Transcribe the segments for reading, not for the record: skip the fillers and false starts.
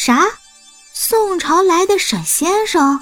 啥？宋朝来的沈先生？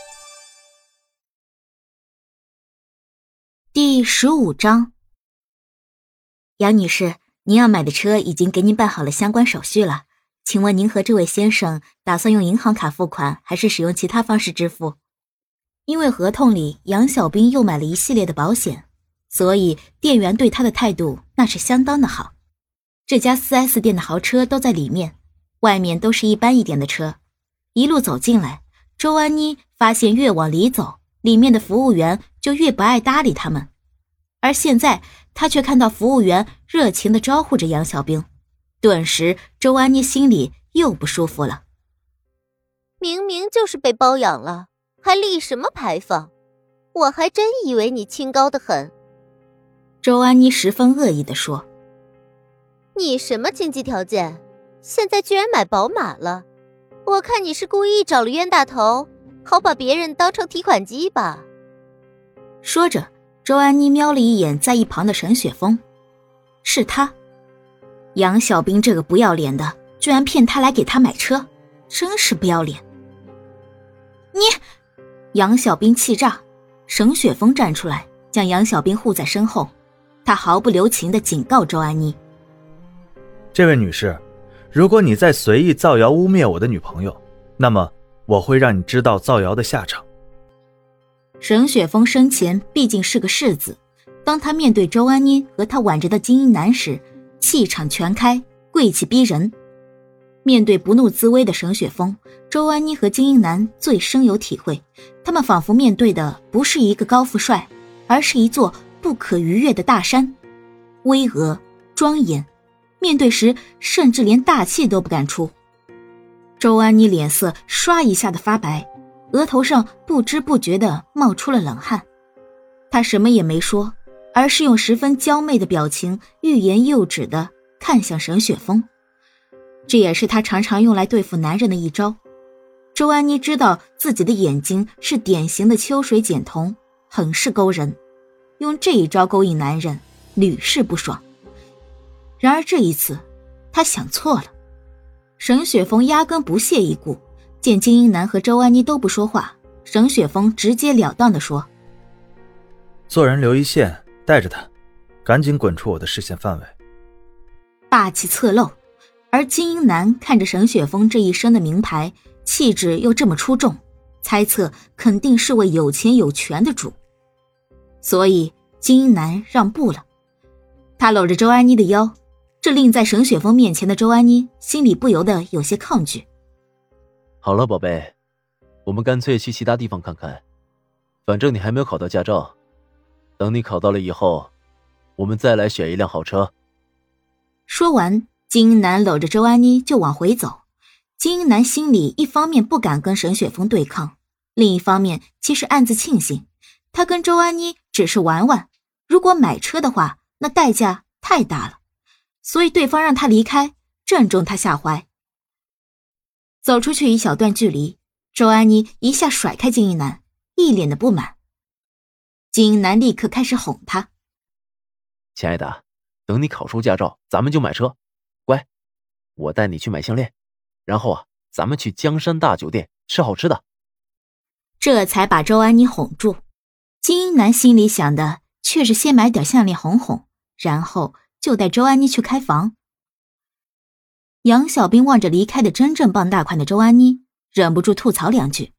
第15章。杨女士，您要买的车已经给您办好了相关手续了，请问您和这位先生打算用银行卡付款，还是使用其他方式支付？因为合同里杨小兵又买了一系列的保险，所以店员对他的态度那是相当的好。这家 4S 店的豪车都在里面，外面都是一般一点的车。一路走进来，周安妮发现越往里走，里面的服务员就越不爱搭理他们。而现在她却看到服务员热情地招呼着杨小兵，顿时周安妮心里又不舒服了。 明明就是被包养了，还立什么牌坊？我还真以为你清高得很。 周安妮十分恶意地说， 你什么经济条件？现在居然买宝马了？我看你是故意找了冤大头，好把别人当成提款机吧。 说着，周安妮瞄了一眼在一旁的沈雪峰，是他。杨小兵这个不要脸的，居然骗他来给他买车，真是不要脸。你！杨小兵气炸，沈雪峰站出来，将杨小兵护在身后，他毫不留情地警告周安妮， 这位女士，如果你再随意造谣污蔑我的女朋友，那么我会让你知道造谣的下场。 沈雪峰生前毕竟是个世子，当他面对周安妮和他挽着的精英男时，气场全开，贵气逼人。面对不怒自威的沈雪峰，周安妮和精英男最深有体会，他们仿佛面对的不是一个高富帅，而是一座不可逾越的大山，巍峨庄严，面对时甚至连大气都不敢出。周安妮脸色唰一下的发白，额头上不知不觉地冒出了冷汗。她什么也没说，而是用十分娇媚的表情欲言又止地看向沈雪峰。这也是她常常用来对付男人的一招。周安妮知道自己的眼睛是典型的秋水剪瞳，很是勾人，用这一招勾引男人屡试不爽。然而这一次她想错了。沈雪峰压根不屑一顾，见精英男和周安妮都不说话，沈雪峰直截了当地说， 做人留一线，带着他赶紧滚出我的视线范围。 霸气侧漏。而精英男看着沈雪峰这一身的名牌，气质又这么出众，猜测肯定是位有钱有权的主，所以精英男让步了。他搂着周安妮的腰，这令在沈雪峰面前的周安妮心里不由得有些抗拒。 好了宝贝，我们干脆去其他地方看看，反正你还没有考到驾照，等你考到了以后，我们再来选一辆好车。 说完，精英男搂着周安妮就往回走。精英男心里一方面不敢跟沈雪峰对抗，另一方面其实暗自庆幸，他跟周安妮只是玩玩，如果买车的话，那代价太大了，所以对方让他离开，正中他下怀。走出去一小段距离，周安妮一下甩开精英男，一脸的不满。精英男立刻开始哄他， 亲爱的，等你考出驾照，咱们就买车。乖，我带你去买项链，然后咱们去江山大酒店吃好吃的。 这才把周安妮哄住。精英男心里想的却是先买点项链哄哄，然后就带周安妮去开房。杨小兵望着离开的真正傍大款的周安妮，忍不住吐槽两句，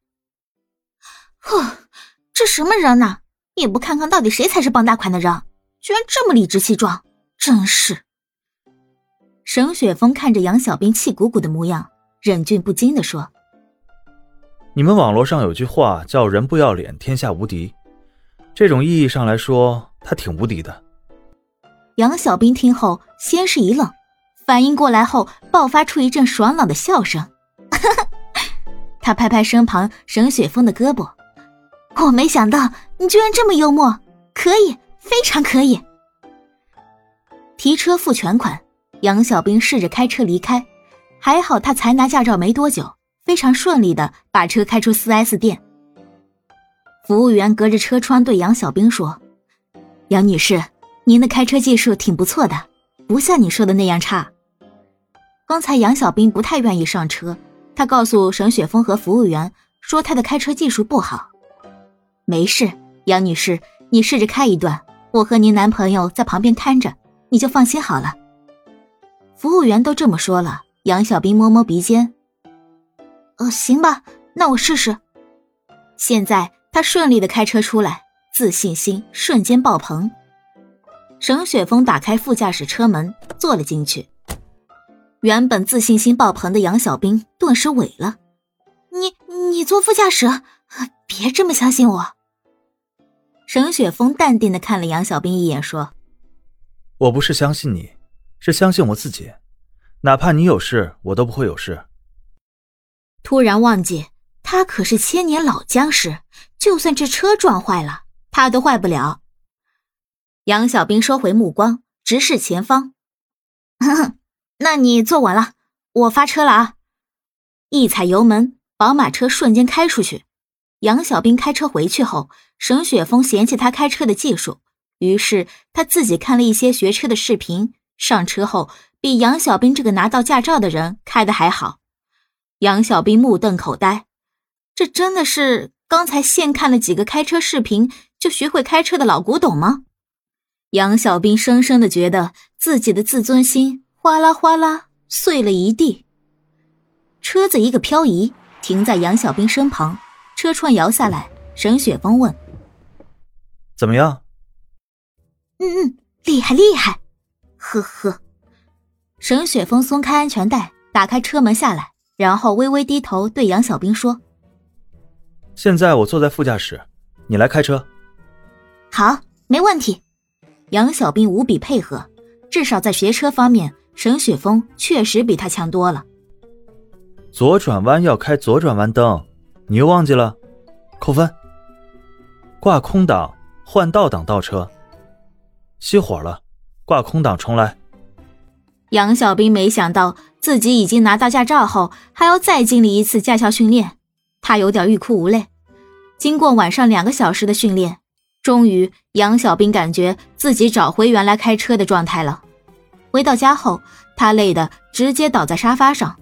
这什么人呢？也不看看到底谁才是傍大款的人，居然这么理直气壮，真是。沈雪峰看着杨小兵气鼓鼓的模样，忍俊不禁地说， 你们网络上有句话叫人不要脸天下无敌，这种意义上来说他挺无敌的。 杨小兵听后先是一愣，反应过来后爆发出一阵爽朗的笑声他拍拍身旁沈雪峰的胳膊，我没想到你居然这么幽默，可以，非常可以。提车付全款，杨小兵试着开车离开，还好他才拿驾照没多久，非常顺利地把车开出 4S 店。服务员隔着车窗对杨小兵说，杨女士，您的开车技术挺不错的，不像你说的那样差。刚才杨小兵不太愿意上车，他他告诉沈雪峰和服务员说他的开车技术不好。没事，杨女士，你试着开一段，我和您男朋友在旁边看着，你就放心好了。服务员都这么说了，杨小兵摸摸鼻尖。行吧，那我试试。现在他顺利地开车出来，自信心瞬间爆棚。沈雪峰打开副驾驶车门，坐了进去。原本自信心爆棚的杨小兵顿时萎了。你坐副驾驶，别这么相信我。沈雪峰淡定地看了杨小兵一眼，说： 我不是相信你，是相信我自己，哪怕你有事，我都不会有事。 突然忘记，他可是千年老僵尸，就算这车撞坏了，他都坏不了。杨小兵收回目光，直视前方。那你坐稳了，我发车了啊！一踩油门，宝马车瞬间开出去。杨小兵开车回去后，沈雪峰嫌弃他开车的技术，于是他自己看了一些学车的视频，上车后比杨小兵这个拿到驾照的人开得还好。杨小兵目瞪口呆，这真的是刚才现看了几个开车视频就学会开车的老古董吗？杨小兵深深地觉得自己的自尊心哗啦哗啦碎了一地。车子一个漂移，停在杨小兵身旁，车窗摇下来，沈雪峰问： 怎么样？ 厉害厉害。呵呵。沈雪峰松开安全带，打开车门下来，然后微微低头对杨小兵说： 现在我坐在副驾驶，你来开车。 好，没问题。杨小兵无比配合，至少在学车方面，沈雪峰确实比他强多了。 左转弯要开左转弯灯，你又忘记了？扣分。挂空挡，换倒挡倒车。熄火了，挂空挡重来。 杨小兵没想到自己已经拿到驾照后，还要再经历一次驾校训练，他有点欲哭无泪。经过晚上2个小时的训练，终于杨小兵感觉自己找回原来开车的状态了。回到家后，他累得直接倒在沙发上。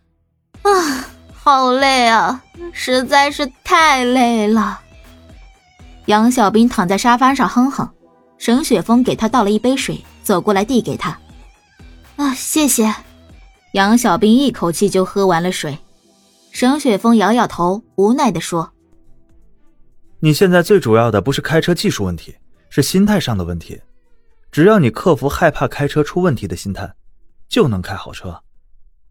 好累啊，实在是太累了。杨小兵躺在沙发上哼哼，沈雪峰给他倒了一杯水，走过来递给他。谢谢。杨小兵一口气就喝完了水。沈雪峰摇摇头，无奈地说： 你现在最主要的不是开车技术问题，是心态上的问题。只要你克服害怕开车出问题的心态，就能开好车。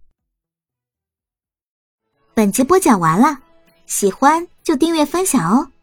本集播讲完了，喜欢就订阅分享哦。